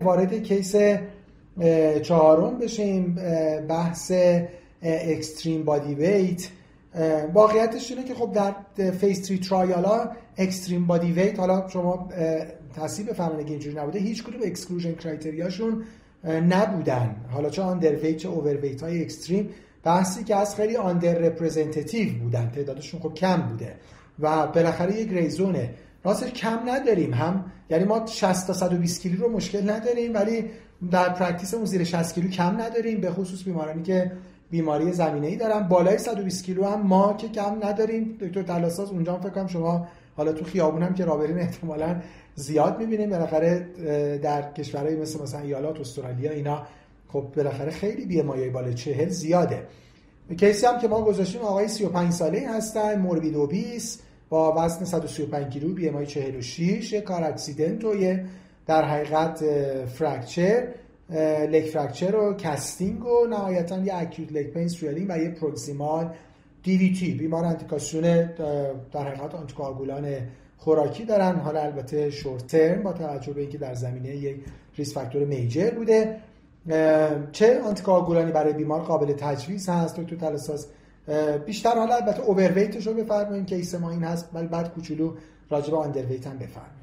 وارد کیس چهارم بشیم، بحث اکستریم بادی ویت. واقعیتش اینه که خب در فیز 3 ترایال ها اکستریم بادی ویت، حالا شما تصحیح بفرمایید که اینجوری نبوده، هیچ کدوم اکسکلوژن کرایتریاشون نبودن، حالا چه آندر ویت چه اوور ویت های اکستریم. بحثی که از خیلی آندر رپرزنتیتیو بودن، تعدادشون خب کم بوده و بالاخره یک ریزونه. راستش کم نداریم هم، یعنی ما 60 تا 120 کیلو رو مشکل نداریم، ولی در پرکتیسمون زیر 60 کیلو کم نداریم، به خصوص بیمارانی که بیماری زمینه‌ای دارن. بالای 120 کیلو هم ما که کم نداریم. دکتر طلاساز اونجا هم فکر کنم شما حالا تو خیابون هم که رابرین احتمالاً زیاد می‌بینیم، بالاخره در کشورهای مثلا ایالات استرالیا اینا خب بالاخره خیلی بی‌امایه‌ای بالای 40 زیاده. کیسی هم که ما گذاشتیم آقای 35 ساله‌ای هستن، موربید اوبیس با وزن 135 کیلو، بی ام آی 46، یک کار اکسیدنت و یه در حقیقت فرکچر، لگ فرکچر و کستینگ و نهایتاً یه اکیوت لگ پین سویلینگ و یه پروکسیمال دی وی تی. بیمار انتیکاسیون در حقیقت آنتیکواگولان خوراکی دارن، حالا البته شورت ترم با توجه به اینکه در زمینه یک ریسک فاکتور میجر بوده. چه آنتیکواگولانی برای بیمار قابل تجویز هست دکتر طلاساز؟ بیشتر حالا البته اوورویتش رو بفرمایید که ایسه ما این هست، ولی بعد کوچولو راجع به آندرویت هم بفرمایید.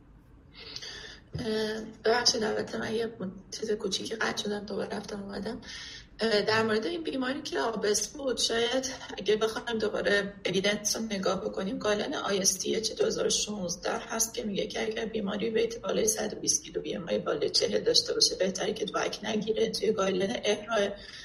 ببخشید البته من یه چیز کوچیکی قطع شدم، دوباره رفتم اومدم. در مورد این بیماری که آبس بود، شاید اگه بخوایم دوباره اوییدنس رو نگاه بکنیم، گایدلاین ISTH 2016 هست که میگه که اگر بیماری ویت بالای 120 کیلو بی ام آی بالای 40 داشته باشه بهتره که دواک نگیره. توی گایدلاین احرا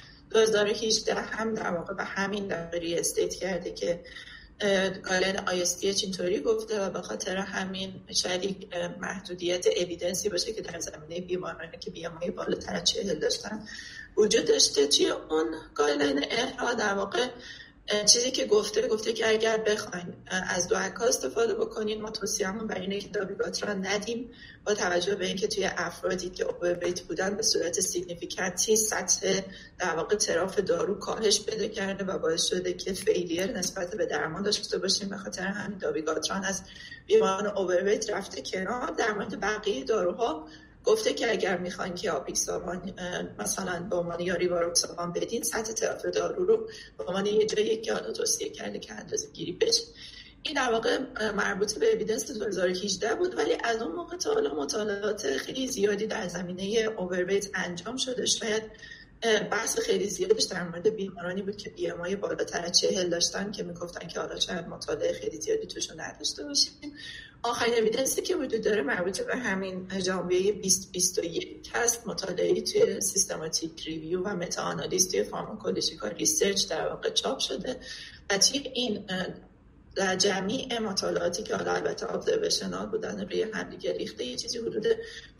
2018 هم در واقع به همین دقیقی استیت کرده که گایدلاین ISTH اینطوری گفته و به خاطر همین شاید محدودیت اوییدنسی باشه که در زمینه بیمارانی که بی ام آی بالاتر از 40 داشتن وجود داشته. توی اون گایدلاین احرا در واقع چیزی که گفته که اگر بخواین از دواک‌ها استفاده بکنین، ما توصیه‌مون بر اینه که دابیگاتران ندیم، با توجه به اینکه توی افرادی که اوورویت بودن به صورت سیگنیفیکانتی سطح در واقع تراف دارو کاهش پیدا کرده و باعث شده که فیلیر نسبت به درمان داشته باشیم. به خاطر همین دابیگاتران از بیماران اوورویت رفته کنار. در مورد بقیه داروها گفته که اگر میخواین که آپیکسابان مثلا به عنوان یا ریواروکسابان بدین، سطح تراف دارو رو به عنوان یه جایی که حالا توصیه کرده که اندازه گیری بشه. این در واقع مربوط به اوییدنس 2018 بود، ولی از اون موقع تا حالا مطالعات خیلی زیادی در زمینه اوورویت انجام شده. شاید بحث خیلی زیادش در مورد بیمارانی بود که بی ام آی بالاتر از 40 داشتن که میگفتن که حالا شاید مطالعه خیلی زیادی توشون نداشته باشیم. آخرین اوییدنسی که وجود داره مربوط به همین ژانویه 2021 هست، مطالعه‌ای توی سیستماتیک ریویو و متا آنالیز توی فارماکولوژیکال ریسرچ در واقع چاپ شده و توی این در جمعی مطالعاتی که حالا البته ابزرویشنال بودن روی هم دیگه ریخته، یه چیزی حدود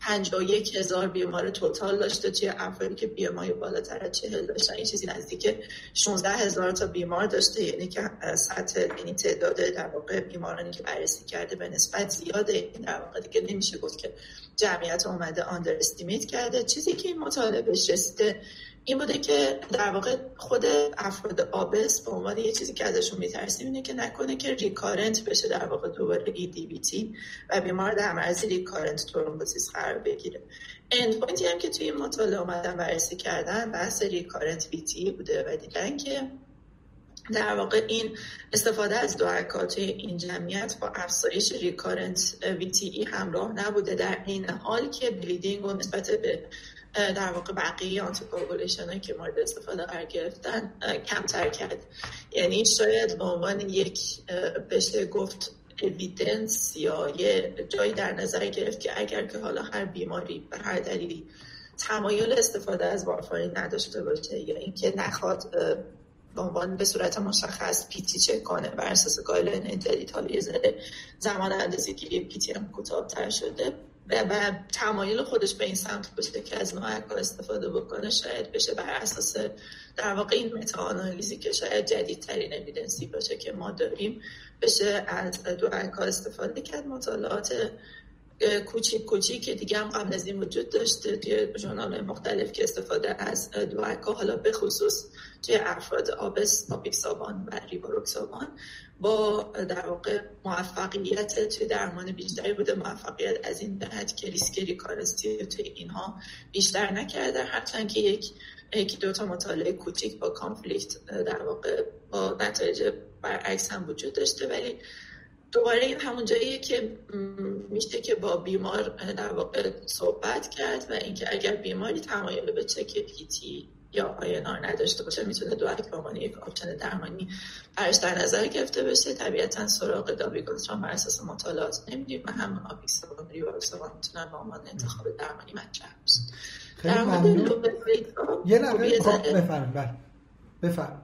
51,000 بیمار توتال داشته توی افرادی که بی ام آی بالاتر از 40 داشتن. یه چیزی نزدیک 16,000 تا بیمار داشته، یعنی که سطح یعنی تعداد در واقع بیمارانی که بررسی کرده به نسبت زیاده. این در واقع دیگه نمیشه گفت که جمعیت اومده آندر استیمیت کرده. چیزی که این مطالعه بهش رسیده این بوده که در واقع خود افراد آبس به عنوان یه چیزی که ازشون میترسیم اینه که نکنه که ریکارنت بشه در واقع دوباره EDVT و بیمار در معرض ریکارنت ترومبوزیس قرار بگیره. اندپوینتی هم که توی این مطالعه اومدن بررسی کردن بحث ریکارنت VT بوده و دیدن که در واقع این استفاده از دواکات این جمعیت با افزایش ریکارنت VTE همراه نبوده، در این حال که بلیدینگ و نسبت به در واقع بقیه آنتیکواگولیشن هایی که مورد استفاده قرار گرفتن کمتر کرد. یعنی شاید به عنوان یک بشه گفت اوییدنس یا یه جایی در نظر گرفت که اگر که حالا هر بیماری به هر دلیلی تمایل استفاده از وارفارین نداشته باشه یا اینکه نخواد به عنوان به صورت مشخص پیتی چک کنه بر اساس گایدلاین جدید، حالا یه ذره زمان اندازه‌گیری پیتی هم کوتاه‌تر شده و تمایل خودش به این سمت باشه که از نوع‌ها استفاده بکنه، شاید بشه بر اساس در واقع این متا آنالیزی که شاید جدیدترین اوییدنسی باشه که ما داریم، بشه از دواک‌ها استفاده کرد. مطالعات کوچیک که دیگه هم قبل از این وجود داشته توی ژورنال‌های مختلف که استفاده از دواکا، حالا به خصوص توی افراد آبس، آپیکسابان و ریواروکسابان با در واقع موفقیت توی درمان بیشتری بوده. موفقیت از این جهت که ریسک ریکارنسی توی اینها بیشتر نکرده، هرچند که یکی دو تا مطالعه کوچیک با کانفلیکت در واقع با نتایج برعکس هم وجود داشته. ولی دوباره این همون جاییه که میشه که با بیمار در واقع صحبت کرد و اینکه اگر بیماری تمایل به چک پیتی یا INR نداشته باشه میتونه دواک به عنوان یک آپشن درمانی برش در نظر گرفته بشه. طبیعتا سراغ دابیگاتران بر اساس مطالعات نمیدیم و همون آپیکسابان ریواروکسابان میتونن به عنوان انتخاب درمانی مطرح بشه. خیلی ممنون. یه نظر بفرم.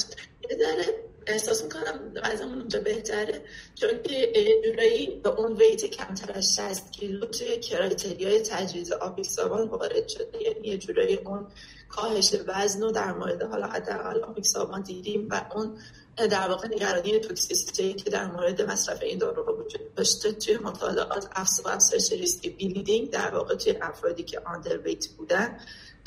احساس میکنم وضعمون اونجا بهتره، چون که یه جورایی به اون ویت کمتر از 60 کیلو توی کرایتریای تجویز آپیکسابان وارد شده. یعنی یه جورایی اون کاهش وزن رو در مورد حالا حداقل آپیکسابان دیدیم و اون در واقع نگرانی توکسیسیتی که در مورد مصرف این دارو وجود داشته توی مطالعات افزایش ریسک بلیدینگ در واقع توی افرادی که آندر ویت بودن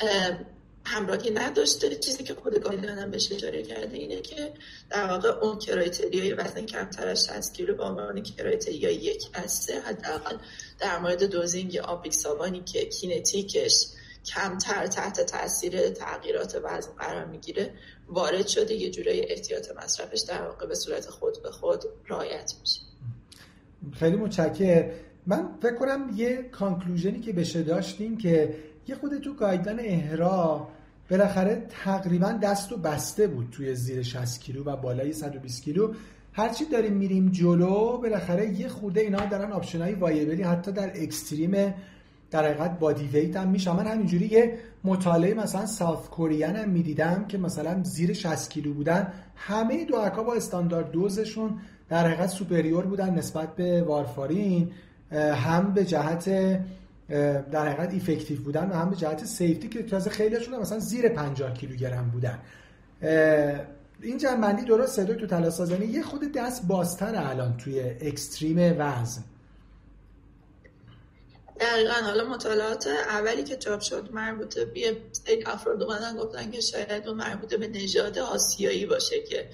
همراهی نداشته. چیزی که خود گایدلاین هم بهش اشاره کرده اینه که در واقع اون کرایتریای وزن کمتر از 60 کیلو به عنوان کرایتریای 1 از 3 حداقل در مورد دوزینگ آپیکسابانی که کینتیکش کمتر تحت تاثیر تغییرات وزن قرار میگیره وارد شده. یه جورایی احتیاط مصرفش در واقع به صورت خود به خود رعایت میشه. خیلی متشکرم. من فکر کنم یه کانکلوژنی که بشه داشتیم که یه خود تو گایدلاین احرا بالاخره تقریبا دست و بسته بود توی زیر 60 کیلو و بالای 120 کیلو. هرچی داریم میریم جلو بالاخره یه خورده اینا دارن آپشنای وایبلی حتی در اکستریم در حقیقت بادی ویت هم میشه. من همینجوری یه مطالعه مثلا ساوت کورین هم میدیدم که مثلا زیر 60 کیلو بودن، همه دواکا با استاندارد دوزشون در حقیقت سوپریور بودن نسبت به وارفارین، هم به جهت در حقیقت ایفکتیو بودن و هم به جهت سیفتی که تازه خیلیشون مثلا زیر 50 کیلوگرم بودن. این جنبندی درسته تو تلاسازنی یه خود دست بازتر الان توی اکستریم وزن. دقیقا. حالا مطالعات اولی که چاپ شد مربوطه به سری افراد اومدن گفتن که شاید اون مربوطه به نژاد آسیایی باشه که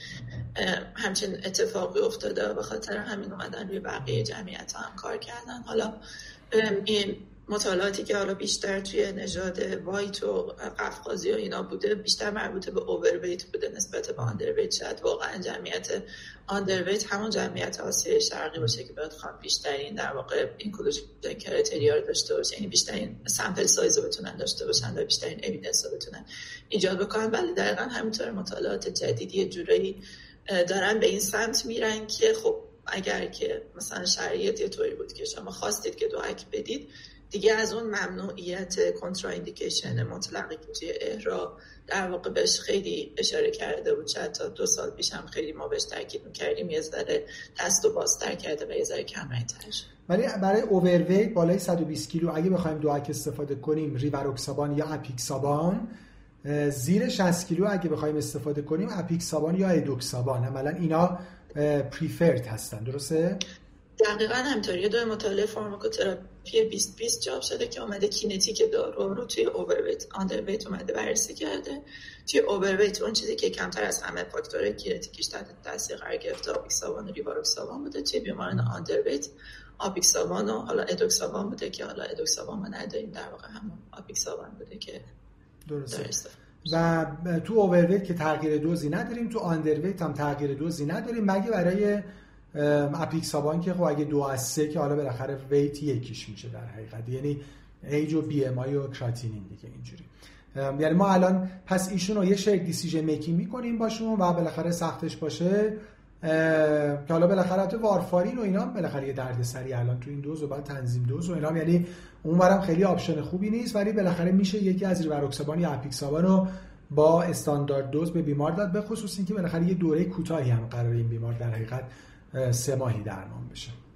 همچین اتفاقی افتاده، به خاطر همین اومدن روی بقیه جمعیت ها هم کار کردن. حالا این مطالعاتی که حالا بیشتر توی نژاد وایت و قفقازی و اینا بوده بیشتر مربوطه به اوورویت بوده نسبت به آندرویت. شاید واقعا جمعیت آندرویت همون جمعیت آسیای شرقی باشه که بخوام بیشترین در واقع اینکلوژن کرایتریا رو داشته باشه، یعنی بیشترین سامپل سایز رو بتونن داشته باشن و بیشترین اوییدنس رو بتونن ایجاد بکنن. ولی دقیقاً همینطور مطالعات جدیدی جورایی دارن به این سمت میرن که خب اگر که مثلا شرایط یه طوری بود که شما خواستید که دواک بدید، دیگه از اون ممنوعیت کنتراندیکیشن مطلقی که توی احرا در واقع بهش خیلی اشاره کرده بود، شاید تا 2 سال پیش هم خیلی ما بهش تاکید می‌کردیم، یه ذره دست و بازتر کرده و یه ذره کم‌رنگ‌تر شد. ولی برای اوورویت بالای 120 کیلو اگه بخوایم دواک استفاده کنیم ریواروکسابان یا اپیکسابان، زیر 60 کیلو اگه بخوایم استفاده کنیم اپیکسابان یا ادوکسابان، عملاً اینا پریفرد هستن. درسته؟ دقیقاً همینطوری. دو مطالعه فارماکوتراپی 2020 چاپ شده که اومده کینتیک دارو رو توی اوورویت آندرویت اومده بررسی کرده. توی اوورویت اون چیزی که کمتر از همه فاکتورهای کینتیکیش تحت تاثیر قرار گرفته آپیکسابان و ریواروکسابان بوده. توی بیماران آندرویت آپیکسابان و حالا ادوکسابان بوده که حالا ادوکسابان ما نداریم، در واقع همون آپیکسابان بوده که درسته. و تو اوورویت که تغییر دوزی نداریم، تو آندرویت هم تغییر دوزی نداریم مگه برای اپیکسابان که خب اگه 2 از 3 که حالا بالاخره ویت یکیش میشه در حقیقت، یعنی ایج و بی ام آی و کراتینین دیگه اینجوری. یعنی ما الان پس ایشون رو یه شیر دیسیژن میکینگ میکنیم باشون و بالاخره سختش باشه که حالا بالاخره تو وارفارین و اینا بالاخره یه دردسری الان تو این دوز و بعد تنظیم دوز و اینا، یعنی اونورم خیلی آپشن خوبی نیست، ولی بالاخره میشه یکی از ریواروکسابان یا اپیکسابان رو با استاندارد دوز به بیمار داد، به خصوص اینکه بالاخره یه دوره کوتاهی هم قراره این بیمار در حقیقت 3 ماهی درمان بشه.